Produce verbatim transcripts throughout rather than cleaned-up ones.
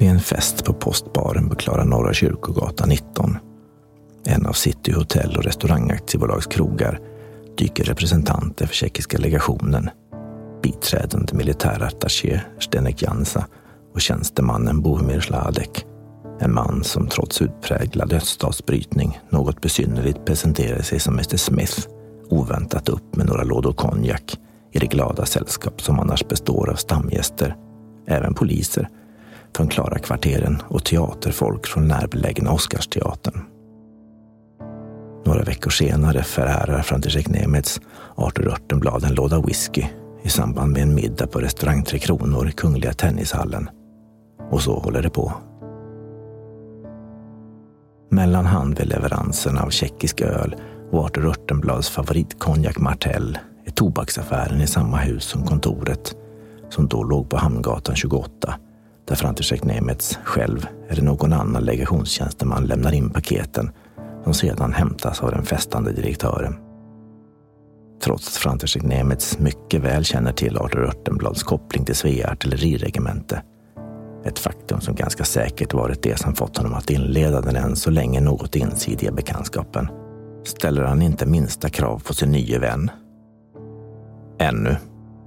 Vid en fest på postbaren på Klara Norra Kyrkogatan nitton, en av City Hotel och restaurangaktiebolags krogar, dyker representanter för tjeckiska legationen, biträdande militärattaché Zdeněk Jansa och tjänstemannen Bohumir Sladek, en man som trots utpräglad öststatsbrytning något besynnerligt presenterar sig som mister Smith, oväntat upp med några lådor konjak i det glada sällskap som annars består av stamgäster, även poliser från Klara-kvarteren och teaterfolk från närbelägna Oscarsteatern. Några veckor senare förärar František Němec Arthur Örtenblad en låda whisky i samband med en middag på restaurang Tre Kronor i Kungliga Tennishallen. Och så håller det på. Mellanhand vid leveransen av tjeckisk öl och Arthur Örtenblads favoritkonjak Martell är tobaksaffären i samma hus som kontoret, som då låg på Hamngatan tjugoåtta, där František Němec själv eller någon annan legationstjänsteman lämnar in paketen som sedan hämtas av den festande direktören. Trots att František Němec mycket väl känner till Arthur Örtenblads koppling till Svea artilleriregemente, ett faktum som ganska säkert varit det som fått honom att inleda den än så länge något insidiga bekantskapen, ställer han inte minsta krav på sin nya vän. Ännu.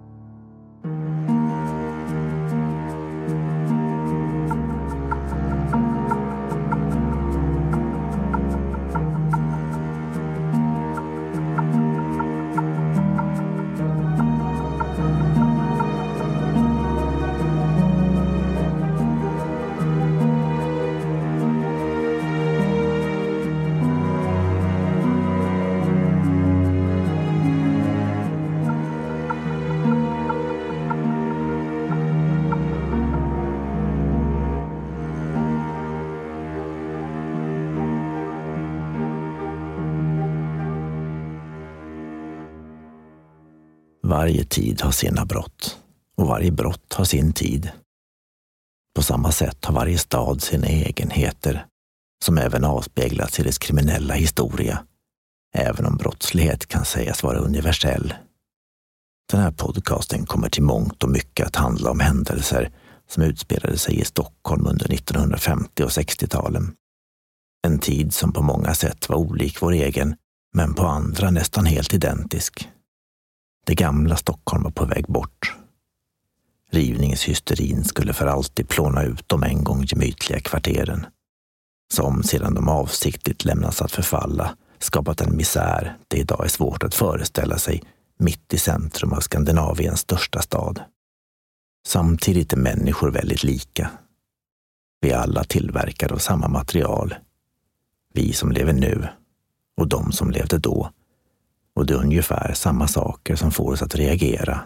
Varje tid har sina brott och varje brott har sin tid. På samma sätt har varje stad sina egenheter som även avspeglas i dess kriminella historia, även om brottslighet kan sägas vara universell. Den här podcasten kommer till mångt och mycket att handla om händelser som utspelade sig i Stockholm under nittonhundrafemtio- och sextio-talen. En tid som på många sätt var olik vår egen, men på andra nästan helt identisk. Det gamla Stockholm var på väg bort. Rivningshysterin skulle för alltid plåna ut de en gång gemytliga kvarteren, som sedan de avsiktligt lämnats att förfalla skapat en misär det idag är svårt att föreställa sig mitt i centrum av Skandinaviens största stad. Samtidigt är människor väldigt lika. Vi är alla tillverkade av samma material. Vi som lever nu och de som levde då. Och det är ungefär samma saker som får oss att reagera.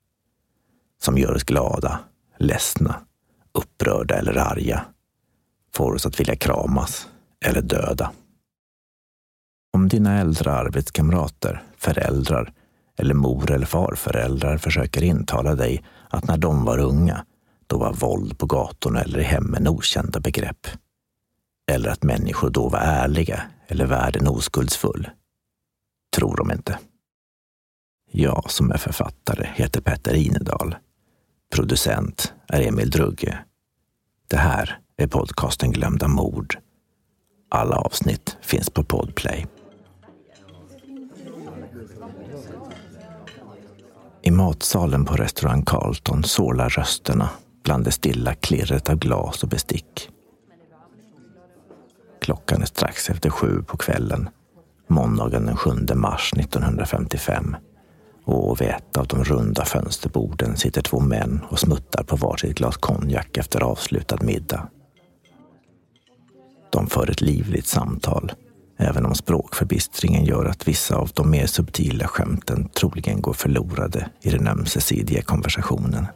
Som gör oss glada, ledsna, upprörda eller arga. Får oss att vilja kramas eller döda. Om dina äldre arbetskamrater, föräldrar eller mor- eller farföräldrar försöker intala dig att när de var unga, då var våld på gatorna eller i hemmen okända begrepp. Eller att människor då var ärliga eller världen oskuldsfull. Tror de inte. Jag som är författare heter Petter Inedal. Producent är Emil Drugge. Det här är podcasten Glömda mord. Alla avsnitt finns på Podplay. I matsalen på restaurang Carlton sålar rösterna bland det stilla klirret av glas och bestick. Klockan är strax efter sju på kvällen, måndagen den sjunde mars nittonhundrafemtiofem, och vid ett av de runda fönsterborden sitter två män och smuttar på varsitt glas konjak efter avslutad middag. De för ett livligt samtal, även om språkförbistringen gör att vissa av de mer subtila skämten troligen går förlorade i den ömsesidiga konversationen.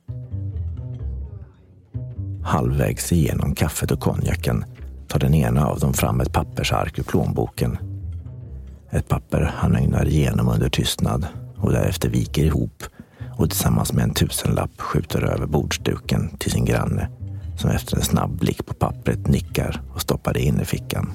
Halvvägs igenom kaffet och konjaken tar den ena av dem fram ett pappersark ur plånboken. Ett papper han ögnar igenom under tystnad och därefter viker ihop och tillsammans med en tusenlapp skjuter över bordsduken till sin granne, som efter en snabb blick på pappret nickar och stoppar det in i fickan.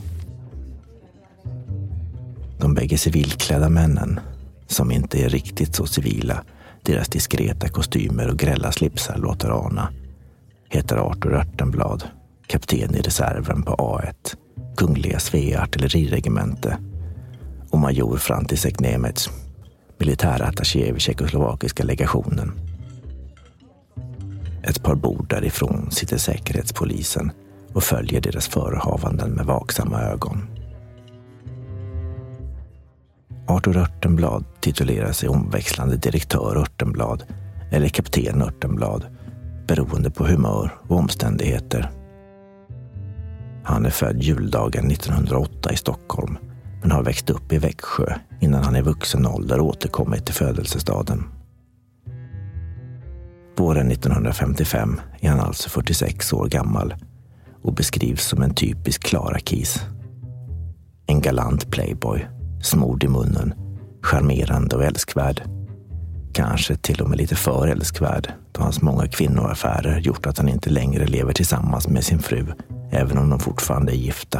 De bägge civilklädda männen, som inte är riktigt så civila, deras diskreta kostymer och grälla slipsar låter ana, heter Arthur Örtenblad, kapten i reserven på A ett, Kungliga Svea artilleriregemente, och major František Němec, militärattaché vid tjeckoslovakiska legationen. Ett par bord därifrån sitter säkerhetspolisen och följer deras förehavanden med vaksamma ögon. Arthur Örtenblad titulerar sig omväxlande direktör Örtenblad eller kapten Örtenblad, beroende på humör och omständigheter. Han är född juldagen nittonhundraåtta i Stockholm, men har växt upp i Växjö innan han i vuxen ålder återkommit till födelsestaden. Våren nittonhundrafemtiofem är han alltså fyrtiosex år gammal och beskrivs som en typisk Klara-kis. En galant playboy, smord i munnen, charmerande och älskvärd. Kanske till och med lite för älskvärd, då hans många kvinnoaffärer gjort att han inte längre lever tillsammans med sin fru, även om de fortfarande är gifta.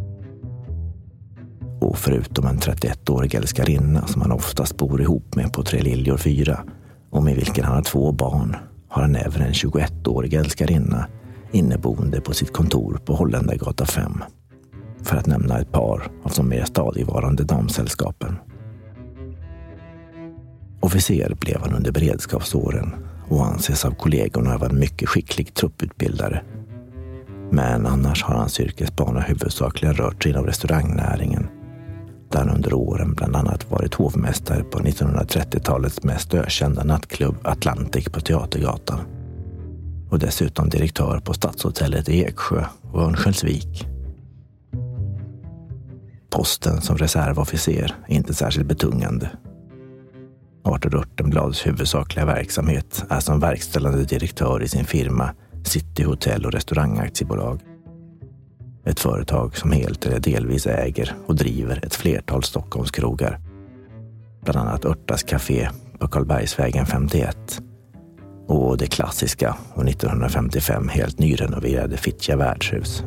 Och förutom en trettioettårig älskarinna som han oftast bor ihop med på Tre Liljor fyra och med vilken han har två barn, har han även en tjugoettårig älskarinna inneboende på sitt kontor på Holländargatan fem. För att nämna ett par av de mer stadigvarande damsällskapen. Officer blev han under beredskapsåren och anses av kollegorna vara en mycket skicklig trupputbildare. Men annars har hans yrkesbana huvudsakligen rört sig inom restaurangnäringen, där han under åren bland annat varit hovmästare på nittonhundratrettiotalets mest ökända nattklubb Atlantic på Teatergatan och dessutom direktör på Stadshotellet i Eksjö och Örnsköldsvik. Posten som reservofficer är inte särskilt betungande. Arthur Örtenblads huvudsakliga verksamhet är som verkställande direktör i sin firma City Hotel och Restaurangaktiebolag. Ett företag som helt eller delvis äger och driver ett flertal Stockholmskrogar. Bland annat Örtas Café på Karlbergsvägen femtioett och det klassiska och nittonhundrafemtiofem helt nyrenoverade Fittja värdshus.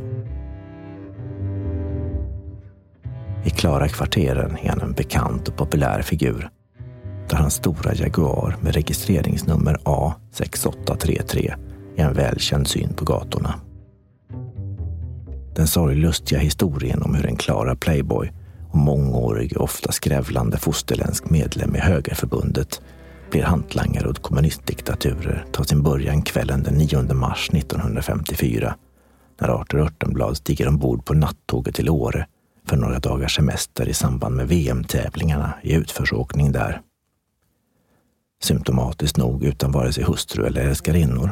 I Klara kvarteren är han en bekant och populär figur, där hans stora Jaguar med registreringsnummer A sex åtta tre tre är en välkänd syn på gatorna. Den sorglustiga historien om hur en Klara playboy och mångårig, ofta skrävlande fosterländsk medlem i Högerförbundet blir hantlangare åt kommunistdiktaturer tar sin början kvällen den nionde mars nittonhundrafemtiofyra, när Arthur Örtenblad stiger ombord på nattåget till Åre för några dagars semester i samband med V M-tävlingarna i utförsåkning där. Symptomatiskt nog utan vare sig hustru eller älskarinnor.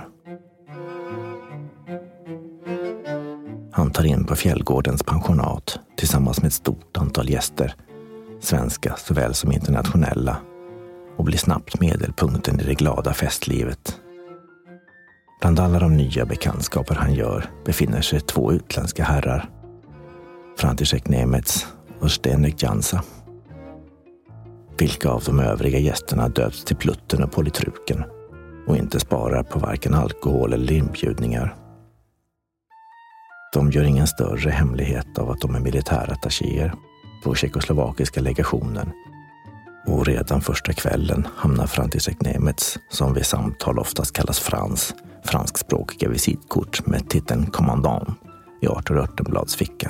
Han tar in på Fjällgårdens pensionat tillsammans med ett stort antal gäster, svenska såväl som internationella, och blir snabbt medelpunkten i det glada festlivet. Bland alla de nya bekantskaper han gör befinner sig två utländska herrar, František Němec och Zdeněk Jansa. Vilka av de övriga gästerna döps till Plutten och Politruken och inte sparar på varken alkohol eller inbjudningar. De gör ingen större hemlighet av att de är militärattachéer på tjeckoslovakiska legationen, och redan första kvällen hamnar František Němec, som vid samtal oftast kallas Frans, franskspråkiga visitkort med titeln kommandant, i Arthur Örtenblads ficka.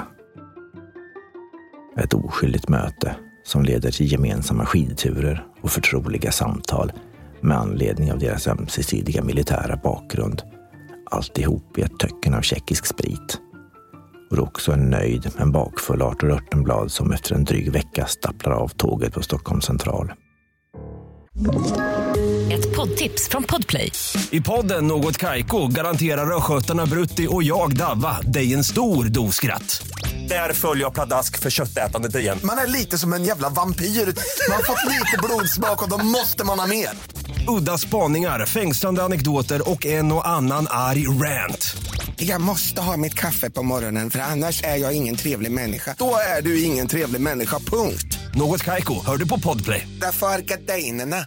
Ett oskyldigt möte som leder till gemensamma skidturer och förtroliga samtal med anledning av deras ömsesidiga militära bakgrund. Alltihop i ett töcken av tjeckisk sprit. Och också en nöjd men bakfull Arthur Örtenblad som efter en dryg vecka stapplar av tåget på Stockholms central. Ett poddtips från Podplay. I podden Något Kaiko garanterar röskötarna Brutti och jag Davva dig en stor doskratt. Där följer jag pladask för köttätandet igen. Man är lite som en jävla vampyr. Man har fått lite blodsmak och då måste man ha mer. Udda spaningar, fängslande anekdoter och en och annan arg rant. Jag måste ha mitt kaffe på morgonen för annars är jag ingen trevlig människa. Då är du ingen trevlig människa, punkt. Något Kaiko, hör du på Podplay. Därför är gardinerna.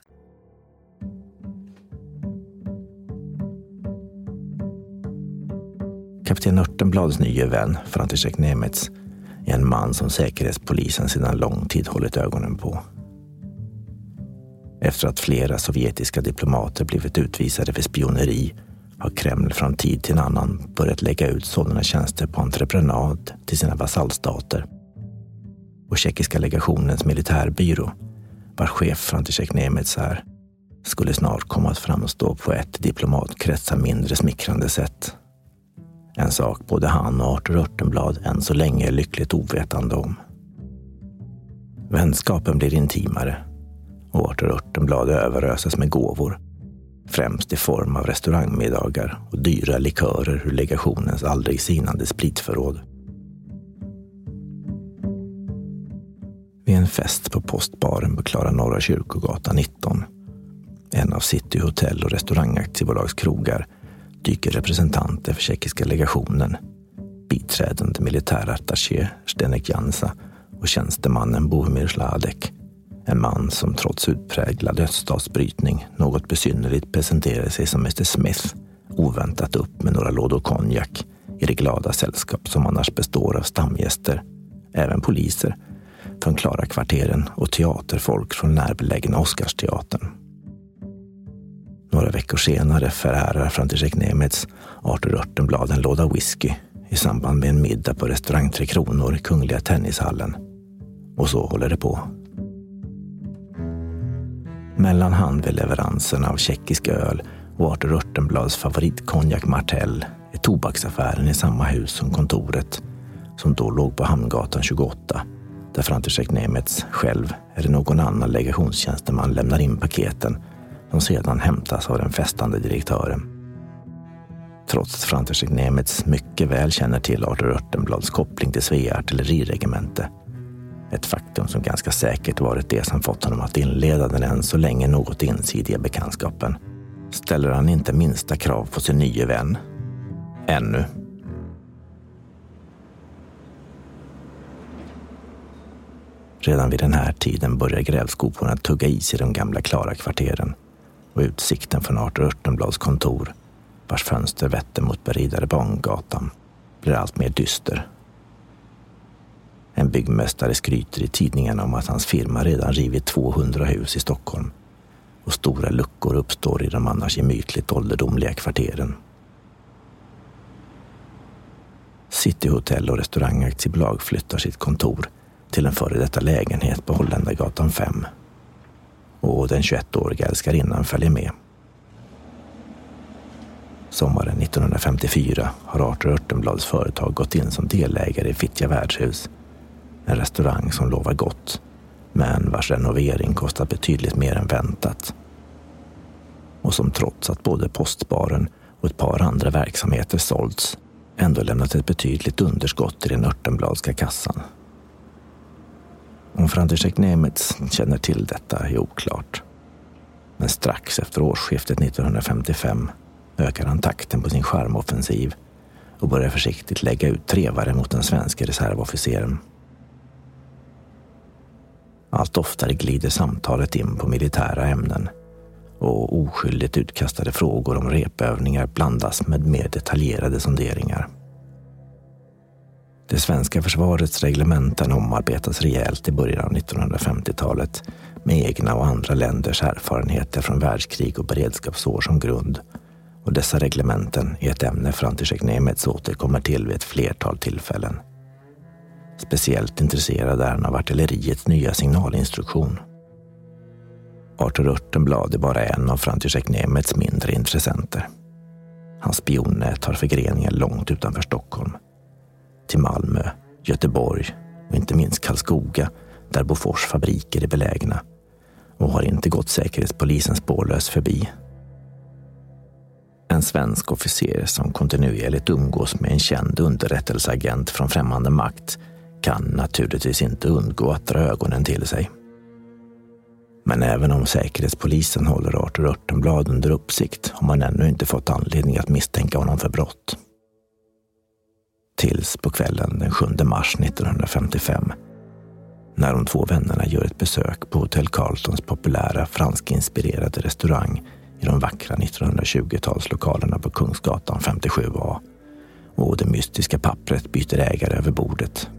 Kapten Örtenblads nya vän, František Němec, är en man som säkerhetspolisen sedan lång tid hållit ögonen på. Efter att flera sovjetiska diplomater blivit utvisade för spioneri har Kreml från tid till en annan börjat lägga ut sådana tjänster på entreprenad till sina vasallstater. Och tjeckiska legationens militärbyrå, vars chef František Němec är, skulle snart komma att framstå på ett diplomatkretsar mindre smickrande sätt. En sak både han och Arthur Örtenblad än så länge är lyckligt ovetande om. Vänskapen blir intimare och Arthur Örtenblad överöses med gåvor, främst i form av restaurangmiddagar och dyra likörer ur legationens aldrig sinande spritförråd. Vid en fest på postbaren på Klara Norra Kyrkogatan nitton, en av City Hotel och restaurangaktiebolags krogar, dyker representanter för tjeckiska legationen, biträdande militärattaché Zdeněk Jansa och tjänstemannen Bohumir Sládek, en man som trots utpräglad öststatsbrytning något besynnerligt presenterar sig som mister Smith, oväntat upp med några lådor konjak i det glada sällskap som annars består av stamgäster, även poliser från Klara-kvarteren och teaterfolk från närbelägna Oscarsteatern. Några veckor senare förärar František Němec Arthur Örtenblad en låda whisky i samband med en middag på restaurang Tre Kronor i Kungliga Tennishallen. Och så håller det på. Mellanhand vid leveransen av tjeckisk öl och Arthur Örtenblads favoritkonjak Martell är tobaksaffären i samma hus som kontoret, som då låg på Hamngatan tjugoåtta, där František Němec själv eller någon annan legationstjänsteman lämnar in paketen som sedan hämtas av den festande direktören. Trots att František Němec mycket väl känner till Arthur Örtenblads koppling till Svea artilleriregemente, ett faktum som ganska säkert varit det som fått honom att inleda den än så länge något ensidiga bekantskapen, ställer han inte minsta krav på sin nya vän. Ännu. Redan vid den här tiden börjar grävskoporna tugga is i de gamla Klara-kvarteren och utsikten från Arthur Örtenblads kontor, vars fönster vetter mot beridare Bangatan, blir allt mer dyster. En byggmästare skryter i tidningarna om att hans firma redan rivit tvåhundra hus i Stockholm och stora luckor uppstår i de annars gemytligt ålderdomliga kvarteren. City Hotel och restaurangaktiebolag flyttar sitt kontor till en före detta lägenhet på Holländargatan fem. Och den tjugoettåriga älskarinnan följer med. Sommaren nittonhundrafemtiofyra har Arthur Örtenblads företag gått in som delägare i Fittja värdshus, en restaurang som lovar gott, men vars renovering kostat betydligt mer än väntat. Och som trots att både postbaren och ett par andra verksamheter sålts, ändå lämnat ett betydligt underskott i den Örtenbladska kassan. Om František Němec känner till detta är oklart. Men strax efter årsskiftet nittonhundrafemtiofem ökar han takten på sin charmoffensiv och börjar försiktigt lägga ut trevare mot den svenska reservofficeren. Allt oftare glider samtalet in på militära ämnen och oskyldigt utkastade frågor om repövningar blandas med mer detaljerade sonderingar. Det svenska försvarets reglementen omarbetas rejält i början av nittonhundrafemtiotalet med egna och andra länders erfarenheter från världskrig och beredskapsår som grund. Och dessa reglementen är ett ämne František Němec återkommer till vid ett flertal tillfällen. Speciellt intresserad är han av artilleriets nya signalinstruktion. Arthur Örtenblad är bara en av František Němets mindre intressenter. Hans spionnät har förgreningar långt utanför Stockholm. Till Malmö, Göteborg och inte minst Karlskoga, där Bofors fabriker är belägna, och har inte gått säkerhetspolisen spårlös förbi. En svensk officer som kontinuerligt umgås med en känd underrättelseagent från främmande makt kan naturligtvis inte undgå att dra ögonen till sig. Men även om säkerhetspolisen håller Arthur Örtenblad under uppsikt har man ännu inte fått anledning att misstänka honom för brott. Tills på kvällen den sjunde mars nittonhundrafemtiofem, när de två vännerna gör ett besök på Hotell Carltons populära franskinspirerade restaurang i de vackra nittonhundratjugotalslokalerna på Kungsgatan femtiosju A, och det mystiska pappret byter ägare över bordet.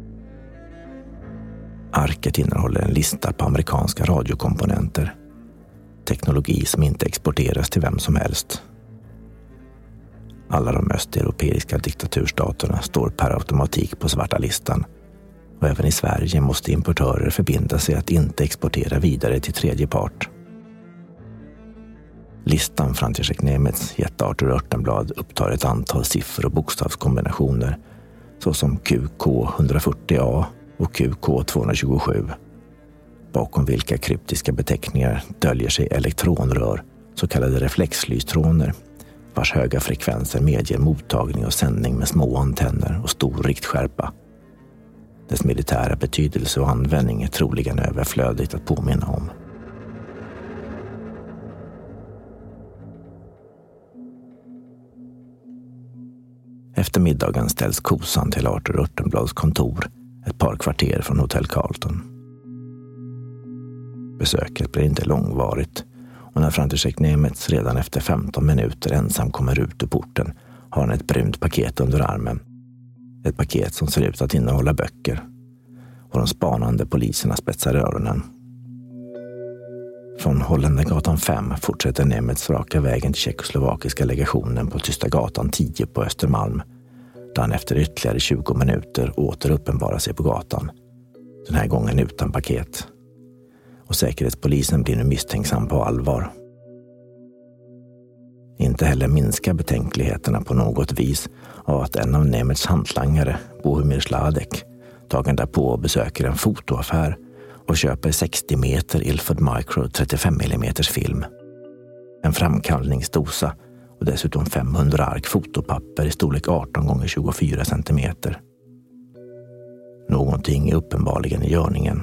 Arket innehåller en lista på amerikanska radiokomponenter, teknologi som inte exporteras till vem som helst. Alla de östeuropeiska diktaturstaterna står per automatik på svarta listan och även i Sverige måste importörer förbinda sig att inte exportera vidare till tredje part. Listan František Nemec gett Arthur Örtenblad upptar ett antal siffror- och bokstavskombinationer såsom Q K etthundrafyrtio A och Q K tvåhundratjugosju, bakom vilka kryptiska beteckningar döljer sig elektronrör, så kallade reflexlystroner, vars höga frekvenser medger mottagning och sändning med små antenner och stor riktskärpa. Dess militära betydelse och användning är troligen överflödigt att påminna om. Efter middagen ställs kosan till Arthur Örtenblads kontor ett par kvarter från Hotell Carlton. Besöket blir inte långvarigt och när František Nemec redan efter femton minuter ensam kommer ut ur porten har han ett brunt paket under armen. Ett paket som ser ut att innehålla böcker och de spanande poliserna spetsar öronen. Från Holländargatan fem fortsätter Nemec raka vägen till tjeckoslovakiska legationen på Tysta gatan tio på Östermalm, där han efter ytterligare tjugo minuter åter uppenbarar sig på gatan, den här gången utan paket. Och säkerhetspolisen blir nu misstänksam på allvar. Inte heller minskar betänkligheterna på något vis av att en av Nemets hantlangare, Bohumir Sladek, dagen därpå besöker en fotoaffär och köper sextio meter Ilford Micro trettiofem millimeter film. En framkallningsdosa och dessutom femhundra ark fotopapper i storlek arton gånger tjugofyra centimeter. Någonting är uppenbarligen i görningen.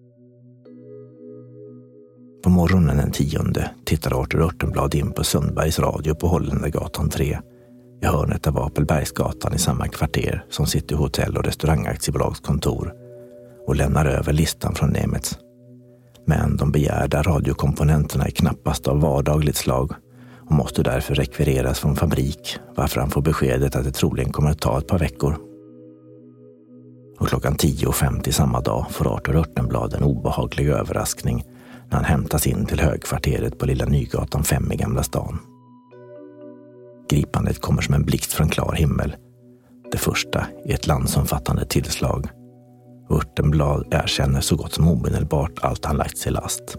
På morgonen den tionde tittar Arthur Örtenblad in på Sundbergs radio på Holländargatan tre, i hörnet av Apelbergsgatan i samma kvarter som City Hotell och restaurangaktiebolags kontor, och lämnar över listan från Nemec. Men de begärda radiokomponenterna är knappast av vardagligt slag och måste därför rekvireras från fabrik, varför han får beskedet att det troligen kommer att ta ett par veckor. Och klockan tio femtio samma dag får Arthur Örtenblad en obehaglig överraskning när han hämtas in till högkvarteret på Lilla Nygatan fem i Gamla stan. Gripandet kommer som en blixt från klar himmel. Det första är ett landsomfattande tillslag. Örtenblad erkänner så gott som omedelbart allt han lagt sig last.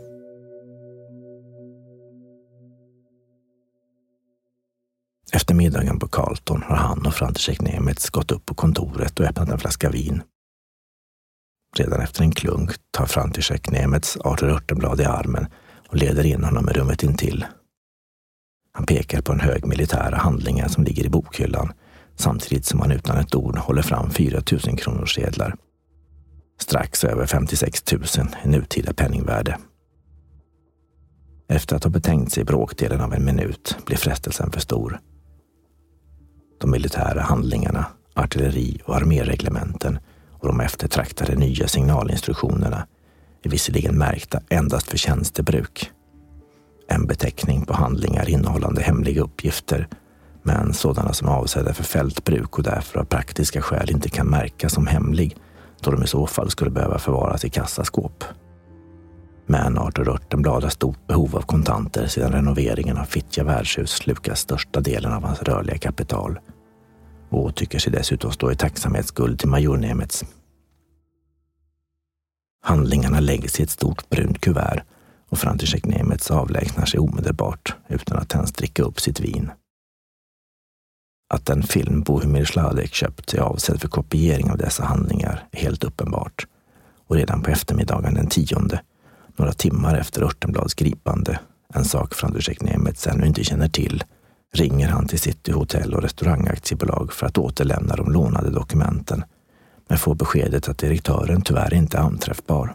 Efter middagen på Carlton har han och František Nemec gått upp på kontoret och öppnat en flaska vin. Redan efter en klunk tar František Nemec Arthur Örtenblad i armen och leder in honom i rummet intill. Han pekar på en hög militära handlingar som ligger i bokhyllan, samtidigt som han utan ett ord håller fram fyra tusen kronors sedlar. Strax över femtiosex tusen i nutida penningvärde. Efter att ha betänkt sig bråkdelen av en minut blir frestelsen för stor. De militära handlingarna, artilleri- och arméreglementen och de eftertraktade nya signalinstruktionerna är visserligen märkta endast för tjänstebruk. En beteckning på handlingar innehållande hemliga uppgifter, men sådana som är avsedda för fältbruk och därför av praktiska skäl inte kan märkas som hemlig, då de i så fall skulle behöva förvaras i kassaskåp. Men Arthur Örtenblad har stort behov av kontanter sedan renoveringen av Fittja värdshus slukat största delen av hans rörliga kapital och tycker sig dessutom stå i tacksamhetsskuld till major Nemec. Handlingarna läggs i ett stort brunt kuvert och František Nemec avlägsnar sig omedelbart utan att ens dricka upp sitt vin. Att den film Bohumir Sladek köpt är avsedd för kopiering av dessa handlingar är helt uppenbart, och redan på eftermiddagen den tionde, några timmar efter Örtenblads gripande, en sak František Nemec ännu inte känner till, ringer han till City Hotell och restaurangaktiebolag för att återlämna de lånade dokumenten, men får beskedet att direktören tyvärr inte är anträffbar.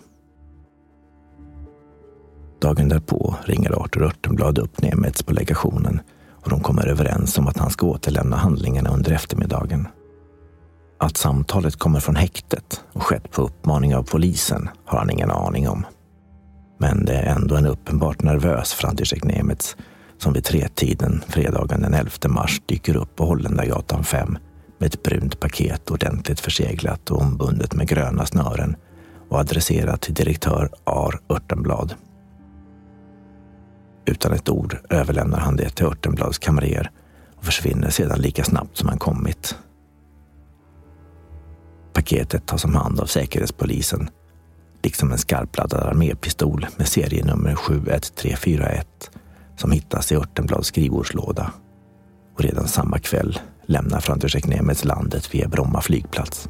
Dagen därpå ringer Arthur Örtenblad upp Nemec på legationen och de kommer överens om att han ska återlämna handlingarna under eftermiddagen. Att samtalet kommer från häktet och skett på uppmaning av polisen har han ingen aning om. Men det är ändå en uppenbart nervös František Nemec som vid tretiden fredagen den elfte mars dyker upp på Holländargatan fem med ett brunt paket ordentligt förseglat och ombundet med gröna snören och adresserat till direktör Ar Örtenblad. Utan ett ord överlämnar han det till Örtenblads kamrer och och försvinner sedan lika snabbt som han kommit. Paketet tas om hand av säkerhetspolisen, liksom en skarpladdad armépistol med serienummer sju ett tre fyra ett som hittas i Örtenblads skrivbordslåda. Och redan samma kväll lämnar František Nemec landet via Bromma flygplats.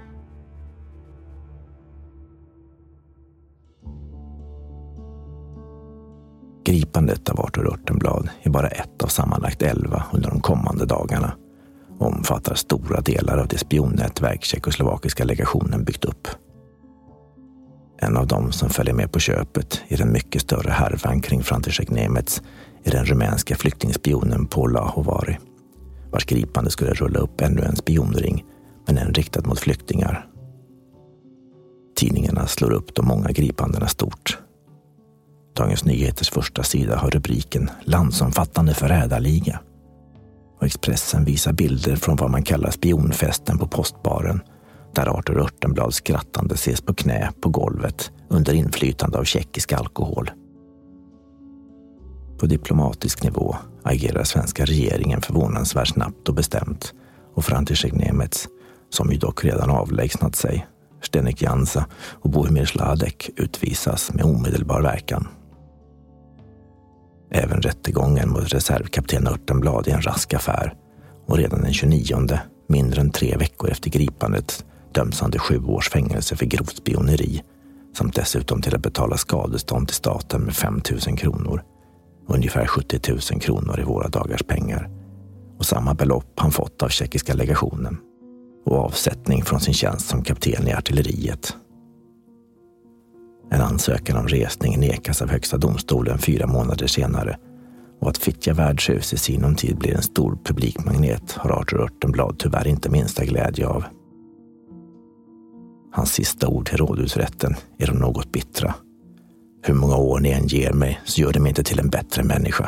Gripandet av Arthur Örtenblad är bara ett av sammanlagt elva under de kommande dagarna och omfattar stora delar av det spionnätverk tjeckoslovakiska legationen byggt upp. En av dem som följer med på köpet i den mycket större härvan kring František Nemec är den rumänska flyktingspionen Paul Lahovari, vars gripande skulle rulla upp ännu en spionring, men en riktad mot flyktingar. Tidningarna slår upp de många gripandena stort. Dagens Nyheters första sida har rubriken "Landsomfattande förrädarliga" och Expressen visar bilder från vad man kallar spionfesten på postbaren, där Arthur Örtenblad skrattande ses på knä på golvet under inflytande av tjeckisk alkohol. På diplomatisk nivå agerar svenska regeringen förvånansvärt snabbt och bestämt, och František Nemec, som ju dock redan avlägsnat sig, Zdeněk Jansa och Bohumir Sladek utvisas med omedelbar verkan. Även rättegången mot reservkapten Örtenblad är en rask affär, och redan den tjugonionde, mindre än tre veckor efter gripandet, döms han till sju års fängelse för grovt spioneri, samt dessutom till att betala skadestånd till staten med fem tusen kronor, ungefär sjuttio tusen kronor i våra dagars pengar, och samma belopp han fått av tjeckiska legationen, och avsättning från sin tjänst som kapten i artilleriet. En ansökan om resning nekas av högsta domstolen fyra månader senare, och att Fittja värdshus i sinom tid blir en stor publikmagnet har Arthur Örtenblad tyvärr inte minsta glädje av. Hans sista ord till rådhusrätten är de något bittra. Hur många år ni än ger mig så gör det mig inte till en bättre människa.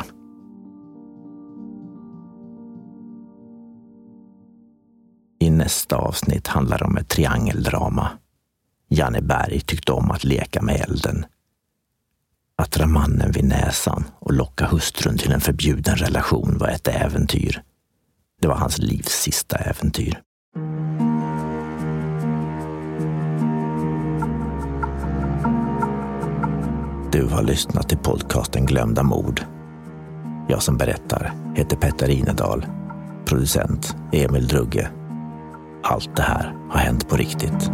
I nästa avsnitt handlar det om ett triangeldrama. Janne Berg tyckte om att leka med elden. Att dra mannen vid näsan och locka hustrun till en förbjuden relation var ett äventyr. Det var hans livs sista äventyr. Du har lyssnat till podcasten Glömda mord. Jag som berättar heter Petter Inedal. Producent Emil Drugge. Allt det här har hänt på riktigt.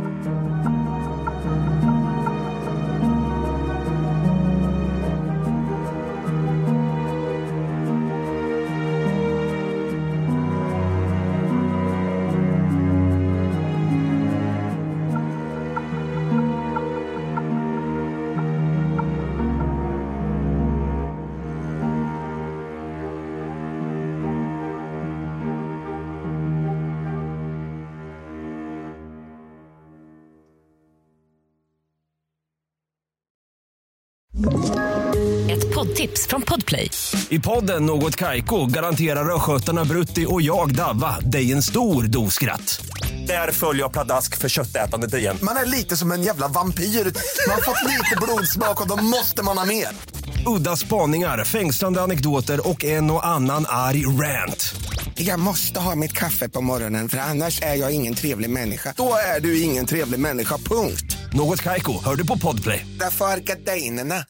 Ett poddtips från Podplay. I podden Något Kaiko garanterar röskötarna Brutti och jag Davva dig en stor doskratt. Där följer jag pladask för köttätandet igen. Man är lite som en jävla vampyr. Man har fått lite blodsmak och då måste man ha mer. Udda spaningar, fängslande anekdoter och en och annan arg rant. Jag måste ha mitt kaffe på morgonen för annars är jag ingen trevlig människa. Då är du ingen trevlig människa, punkt. Något Kaiko, hör du på Podplay. Därför är gardinerna.